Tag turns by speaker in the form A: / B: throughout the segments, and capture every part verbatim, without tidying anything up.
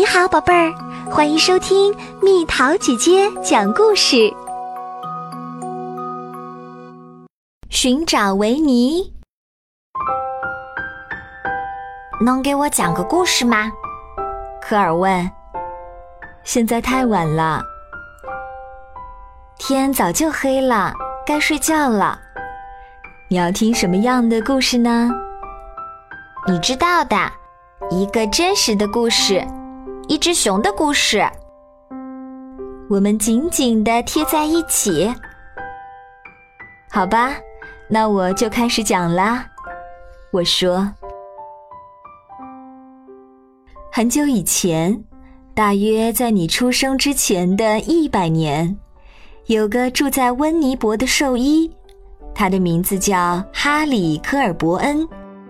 A: 好，宝贝儿，欢迎收听蜜桃姐姐讲故事。寻找维尼。能给我讲个故事吗？科尔问。现在太晚了，天早就黑了，该睡觉了。你要听什么样的故事呢？你知道的，一个真实的故事，一只熊的故事。我们紧紧地贴在一起。好吧，那我就开始讲啦。我说，很久以前，大约在你出生之前的一百年，有个住在温尼伯的兽医，他的名字叫哈里·科尔伯恩。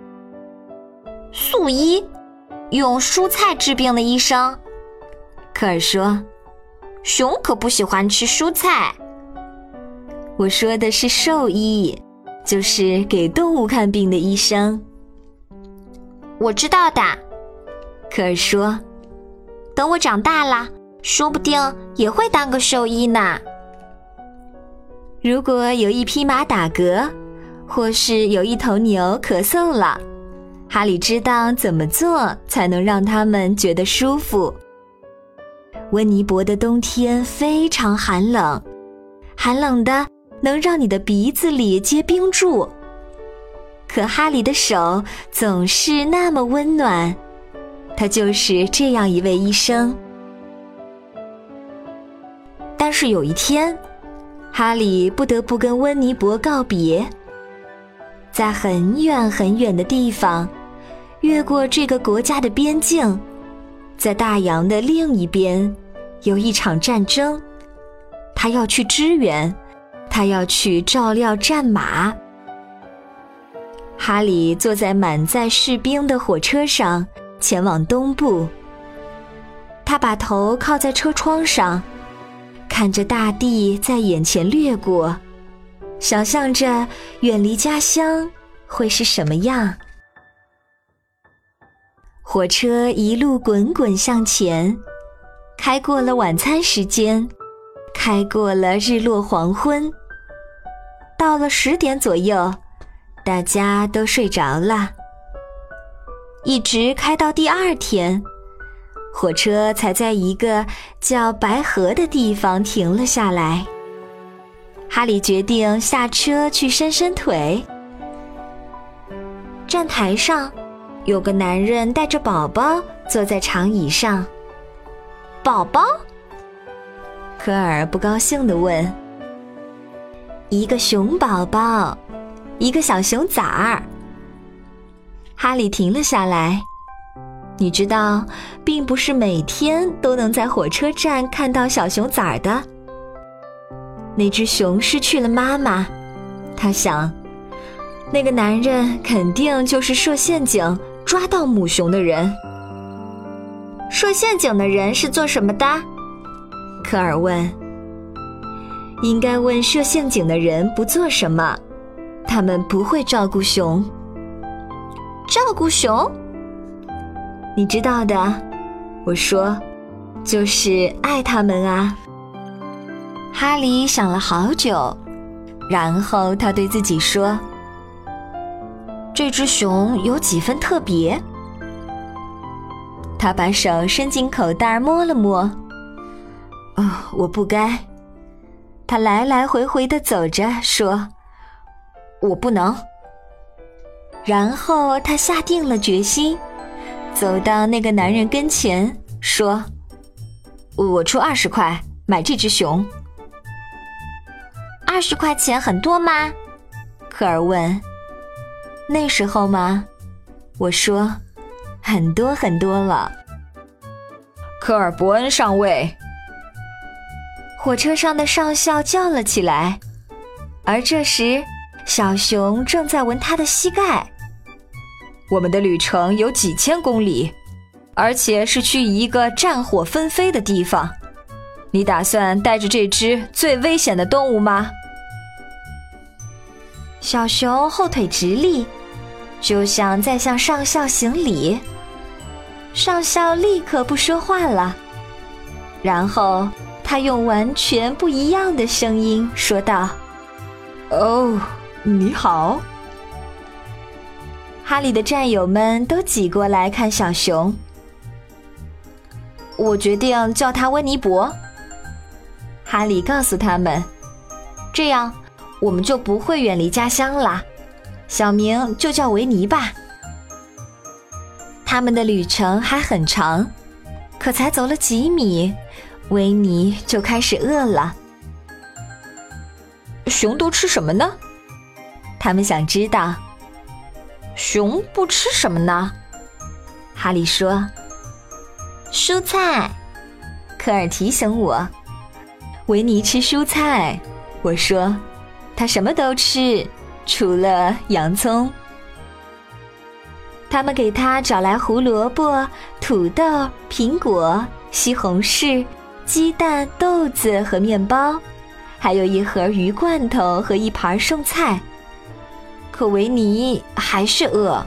A: 素医，用蔬菜治病的医生。科尔说，熊可不喜欢吃蔬菜。我说的是兽医，就是给动物看病的医生。我知道的，科尔说，等我长大了，说不定也会当个兽医呢。如果有一匹马打嗝，或是有一头牛咳嗽了，哈里知道怎么做才能让他们觉得舒服。温尼伯的冬天非常寒冷，寒冷的能让你的鼻子里结冰柱。可哈里的手总是那么温暖，他就是这样一位医生。但是有一天，哈里不得不跟温尼伯告别。在很远很远的地方，越过这个国家的边境，在大洋的另一边，有一场战争。他要去支援，他要去照料战马。哈里坐在满载士兵的火车上，前往东部。他把头靠在车窗上，看着大地在眼前掠过，想象着远离家乡会是什么样。火车一路滚滚向前，开过了晚餐时间，开过了日落黄昏。到了十点左右，大家都睡着了。一直开到第二天，火车才在一个叫白河的地方停了下来。哈里决定下车去伸伸腿。站台上有个男人带着宝宝坐在长椅上。宝宝？科尔不高兴地问。一个熊宝宝，一个小熊崽儿。哈里停了下来。你知道，并不是每天都能在火车站看到小熊崽儿的。那只熊失去了妈妈，他想，那个男人肯定就是设陷阱抓到母熊的人。设陷阱的人是做什么的？科尔问。应该问设陷阱的人不做什么，他们不会照顾熊。照顾熊？你知道的，我说，就是爱他们啊。哈里想了好久，然后他对自己说，这只熊有几分特别。他把手伸进口袋摸了摸。哦，我不该。他来来回回地走着，说，我不能。然后他下定了决心，走到那个男人跟前，说，我出二十块买这只熊。二十块钱很多吗？科尔问。那时候吗？我说，很多很多了。科尔伯恩上尉。火车上的上校叫了起来，而这时小熊正在闻他的膝盖。我们的旅程有几千公里，而且是去一个战火纷飞的地方。你打算带着这只最危险的动物吗？小熊后腿直立，就像在向上校行礼。 上校立刻不说话了，然后他用完全不一样的声音说道：
B: 哦，你好。
A: 哈利的战友们都挤过来看小熊。我决定叫他温尼伯，哈利告诉他们，这样我们就不会远离家乡啦，小名就叫维尼吧。他们的旅程还很长，可才走了几米，维尼就开始饿了。熊都吃什么呢？他们想知道。熊不吃什么呢？哈利说，蔬菜。科尔提醒我，维尼吃蔬菜。我说，他什么都吃，除了洋葱。他们给他找来胡萝卜、土豆、苹果、西红柿、鸡蛋、豆子和面包，还有一盒鱼罐头和一盘剩菜。可维尼还是饿。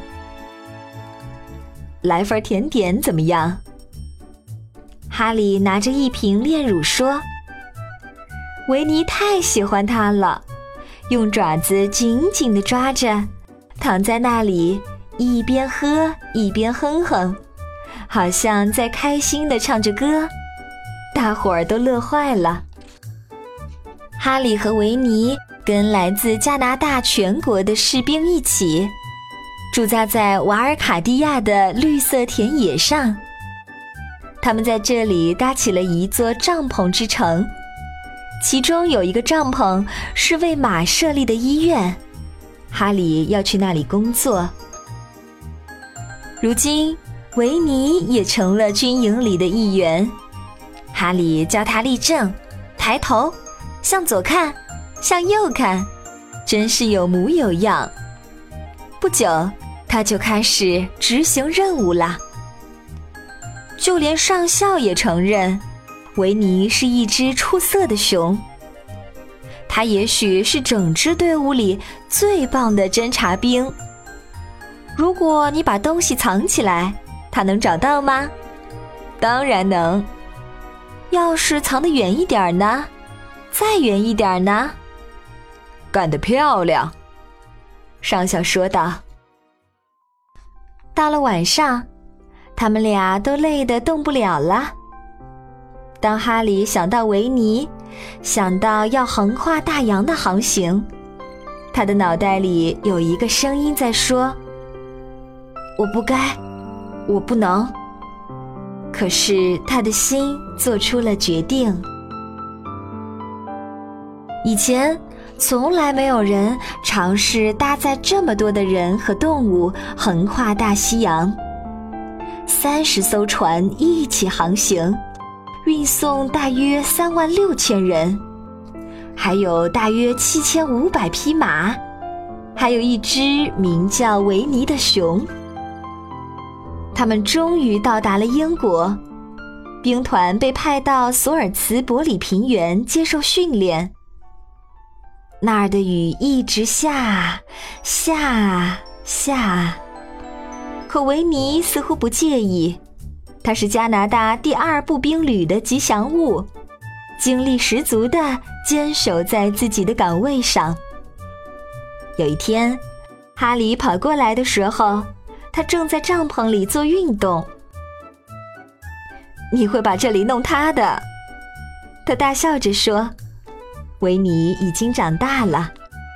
A: 来份甜点怎么样？哈利拿着一瓶炼乳说。维尼太喜欢它了，用爪子紧紧地抓着，躺在那里一边喝一边哼哼，好像在开心地唱着歌，大伙儿都乐坏了。哈利和维尼跟来自加拿大全国的士兵一起，驻扎在瓦尔卡蒂亚的绿色田野上。他们在这里搭起了一座帐篷之城，其中有一个帐篷是为马设立的医院，哈利要去那里工作。如今，维尼也成了军营里的一员。哈利教他立正，抬头，向左看，向右看，真是有模有样。不久，他就开始执行任务啦。就连上校也承认，维尼是一只出色的熊。他也许是整支队伍里最棒的侦察兵。如果你把东西藏起来，他能找到吗？当然能。要是藏得远一点呢？再远一点呢？
B: 干得漂亮，
A: 上校说道。到了晚上，他们俩都累得动不了了。当哈利想到维尼，想到要横跨大洋的航行，他的脑袋里有一个声音在说，我不该，我不能。可是他的心做出了决定。以前从来没有人尝试搭载这么多的人和动物横跨大西洋。三十艘船一起航行，运送大约三万六千人，还有大约七千五百匹马，还有一只名叫维尼的熊。他们终于到达了英国，兵团被派到索尔茨伯里平原接受训练。那儿的雨一直下下下，可维尼似乎不介意，他是加拿大第二步兵旅的吉祥物，精力十足地坚守在自己的岗位上。有一天，哈利跑过来的时候，他正在帐篷里做运动。你会把这里弄塌的，他大笑着说。维尼已经长大了。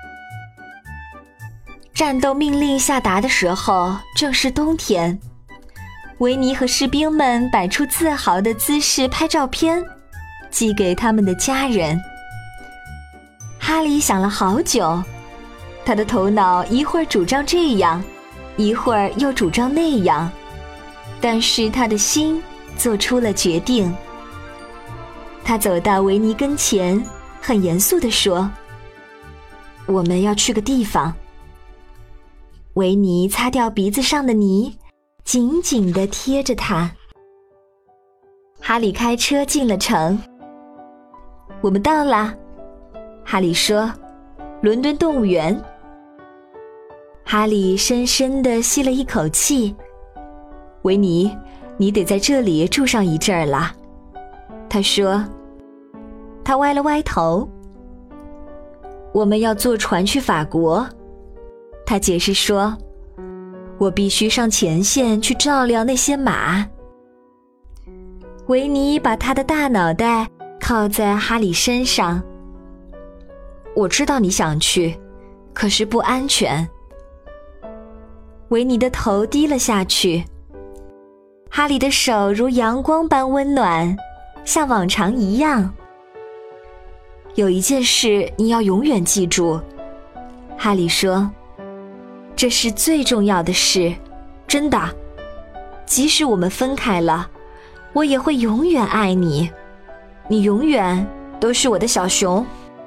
A: 战斗命令下达的时候，正是冬天。维尼和士兵们摆出自豪的姿势拍照片，寄给他们的家人。哈利想了好久，他的头脑一会儿主张这样，一会儿又主张那样，但是他的心做出了决定。他走到维尼跟前，很严肃地说，我们要去个地方。维尼擦掉鼻子上的泥，紧紧地贴着他。哈利开车进了城。我们到了，哈利说，伦敦动物园。哈利深深地吸了一口气。维尼， 你得在这里住上一阵儿了。他说。他歪了歪头。我们要坐船去法国。他解释说，我必须上前线去照料那些马。维尼把他的大脑袋靠在哈利身上。我知道你想去，可是不安全。维尼的头低了下去。哈利的手如阳光般温暖，像往常一样。有一件事你要永远记住，哈利说，这是最重要的事，真的。即使我们分开了，我也会永远爱你，你永远都是我的小熊。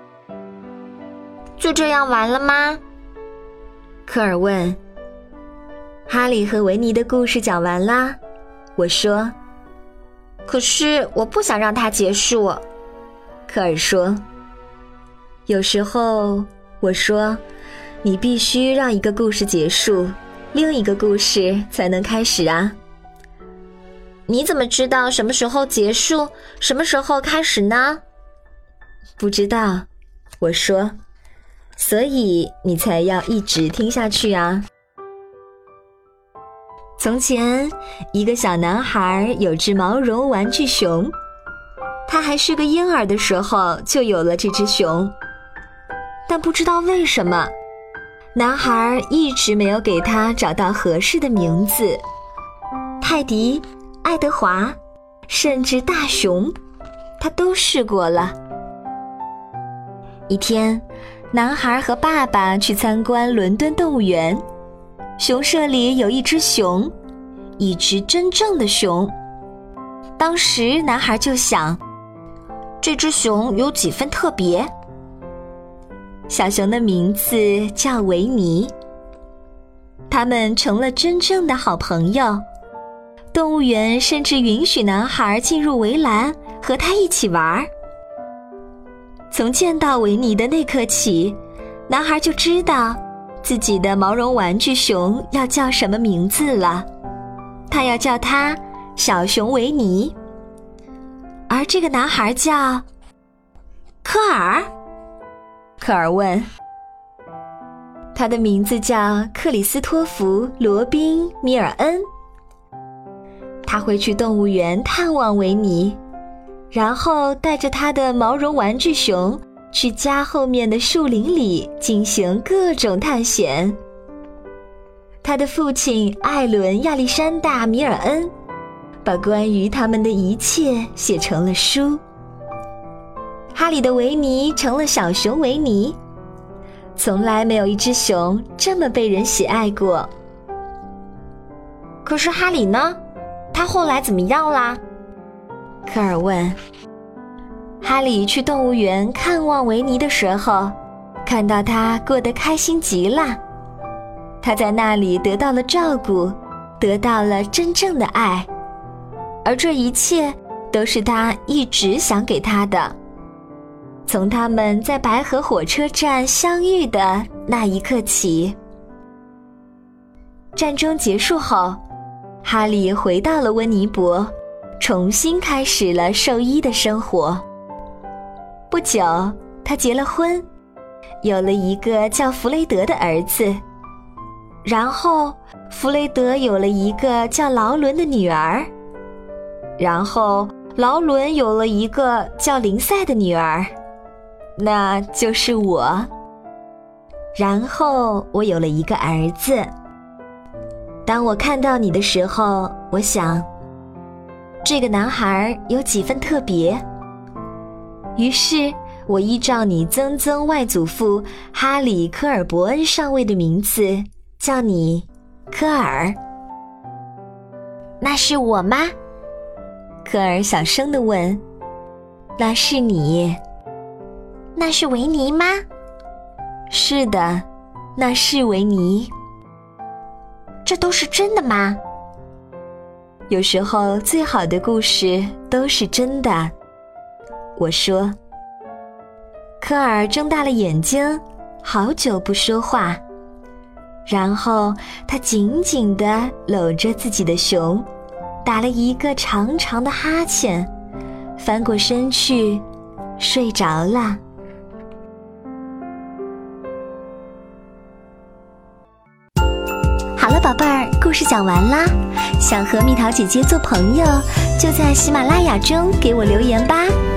C: 就这样完了吗？
A: 科尔问。哈利和维尼的故事讲完啦，我说。
C: 可是我不想让它结束，
A: 科尔说。有时候，我说，你必须让一个故事结束，另一个故事才能开始啊。
C: 你怎么知道什么时候结束，什么时候开始呢？
A: 不知道，我说，所以你才要一直听下去啊。从前，一个小男孩有只毛绒玩具熊，他还是个婴儿的时候就有了这只熊。但不知道为什么，男孩一直没有给他找到合适的名字。泰迪、爱德华，甚至大熊，他都试过了。一天，男孩和爸爸去参观伦敦动物园，熊舍里有一只熊，一只真正的熊。当时男孩就想，这只熊有几分特别。小熊的名字叫维尼。他们成了真正的好朋友，动物园甚至允许男孩进入围栏和他一起玩。从见到维尼的那刻起，男孩就知道自己的毛绒玩具熊要叫什么名字了。他要叫他小熊维尼。而这个男孩叫科尔。科尔问。他的名字叫克里斯托弗·罗宾·米尔恩。他会去动物园探望维尼，然后带着他的毛绒玩具熊去家后面的树林里进行各种探险。他的父亲艾伦·亚历山大·米尔恩把关于他们的一切写成了书。哈里的维尼成了小熊维尼，从来没有一只熊这么被人喜爱过。
C: 可是哈里呢？他后来怎么样啦？
A: 科尔问。哈里去动物园看望维尼的时候，看到他过得开心极了。他在那里得到了照顾，得到了真正的爱，而这一切都是他一直想给他的。从他们在白河火车站相遇的那一刻起。战争结束后，哈利回到了温尼伯，重新开始了兽医的生活。不久，他结了婚，有了一个叫弗雷德的儿子。然后，弗雷德有了一个叫劳伦的女儿。然后，劳伦有了一个叫林赛的女儿。那就是我。然后我有了一个儿子。当我看到你的时候，我想，这个男孩有几分特别。于是我依照你曾曾外祖父哈里·科尔伯恩上尉的名字，叫你科尔。
C: 那是我吗？
A: 科尔小声地问。那是你。
C: 那是维尼吗？
A: 是的，那是维尼。
C: 这都是真的吗？
A: 有时候最好的故事都是真的，我说。科尔睁大了眼睛，好久不说话，然后他紧紧地搂着自己的熊， 打了一个长长的哈欠，翻过身去睡着了。好了，宝贝儿，故事讲完啦。想和蜜桃姐姐做朋友，就在喜马拉雅中给我留言吧。